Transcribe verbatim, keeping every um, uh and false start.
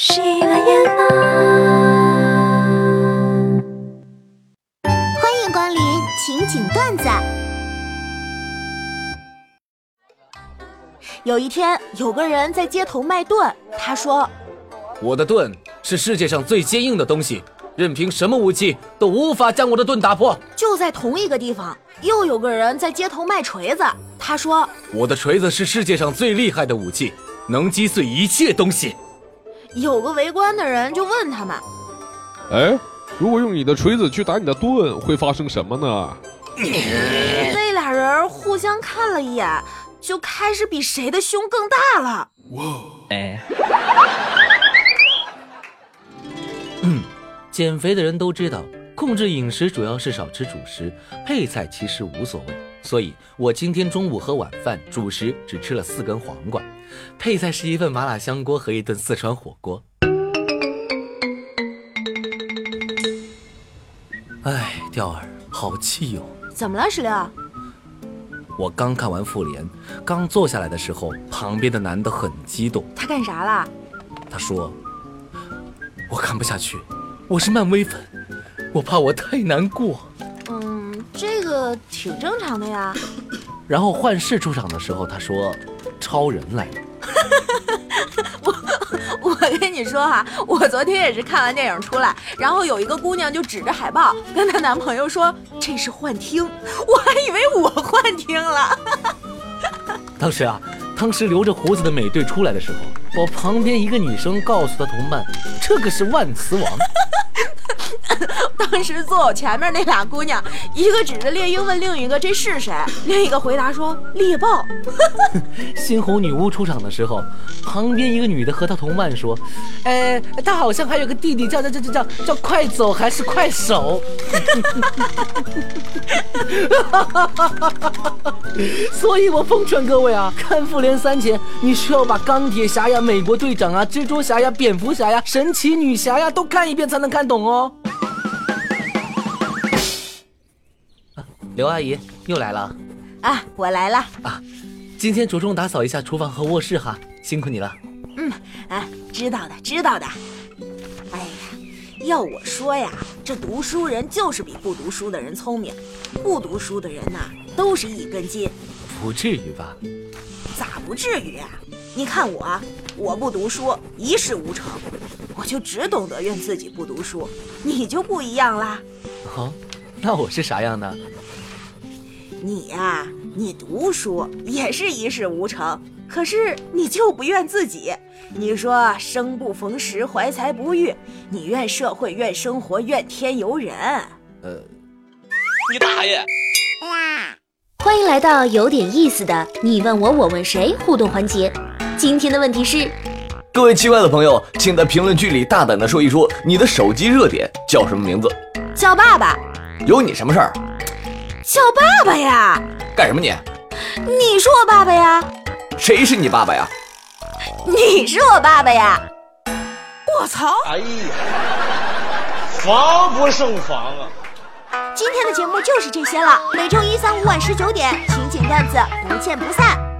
洗了眼了。 欢迎光临情景段子。有一天，有个人在街头卖盾，他说：“ 我的盾是世界上最坚硬的东西，任凭什么武器都无法将我的盾打破。” 就在同一个地方，又有个人在街头卖锤子，他说：“ 我的锤子是世界上最厉害的武器，能击碎一切东西。” 有个围观的人就问他们：“ 哎，如果用你的锤子去打你的盾，会发生什么呢？” 那俩人互相看了一眼，就开始比谁的胸更大了。 哇！哎，嗯，减肥的人都知道，控制饮食主要是少吃主食，配菜其实无所谓。所以我今天中午和晚饭主食只吃了四根黄瓜，配菜是一份麻辣香锅和一顿四川火锅。哎，钓儿，好气哟！ 怎么了，石榴？ 我刚看完复联，刚坐下来的时候，旁边的男的很激动。 他干啥了？ 他说：“我看不下去，我是漫威粉，我怕我太难过。” 嗯，这个挺正常的呀。 然后幻视出场的时候，他说：“超人来了。” 我我跟你说哈，我昨天也是看完电影出来，然后有一个姑娘就指着海报跟她男朋友说：“这是幻听。”我还以为我幻听了。 当时啊，当时留着胡子的美队出来的时候，我旁边一个女生告诉他同伴：“这个是万磁王。” 当时坐我前面那俩姑娘，一个指着猎鹰问另一个这是谁，另一个回答说猎豹。 猩红女巫出场的时候，旁边一个女的和她同伴说：“呃，她好像还有个弟弟叫叫叫叫叫叫快走还是快手。”所以我奉劝各位啊，看复联三前，你需要把钢铁侠呀、美国队长啊、蜘蛛侠呀、蝙蝠侠呀、神奇女侠呀都看一遍才能看懂哦。刘阿姨又来了啊，我来了啊！今天着重打扫一下厨房和卧室哈，辛苦你了。 嗯，啊，知道的，知道的。哎呀，要我说呀，这读书人就是比不读书的人聪明，不读书的人呐，都是一根筋。 不至于吧？ 咋不至于啊？你看我，我不读书，一事无成，我就只懂得怨自己不读书。你就不一样啦。 哦，那我是啥样呢？ 你呀、啊，你读书也是一事无成，可是你就不怨自己。你说生不逢时，怀才不遇，你怨社会，怨生活，怨天尤人。 呃， 你大爷！ 欢迎来到有点意思的你问我我问谁互动环节。今天的问题是， 各位奇怪的朋友，请在评论区里大胆的说一说你的手机热点叫什么名字？ 叫爸爸。 有你什么事儿？ 叫爸爸呀！ 干什么你？ 你是我爸爸呀！ 谁是你爸爸呀？ 你是我爸爸呀！我操！ 哎呀，防不胜防啊！ 今天的节目就是这些了，每周一、三、五晚十九点，情景段子不见不散。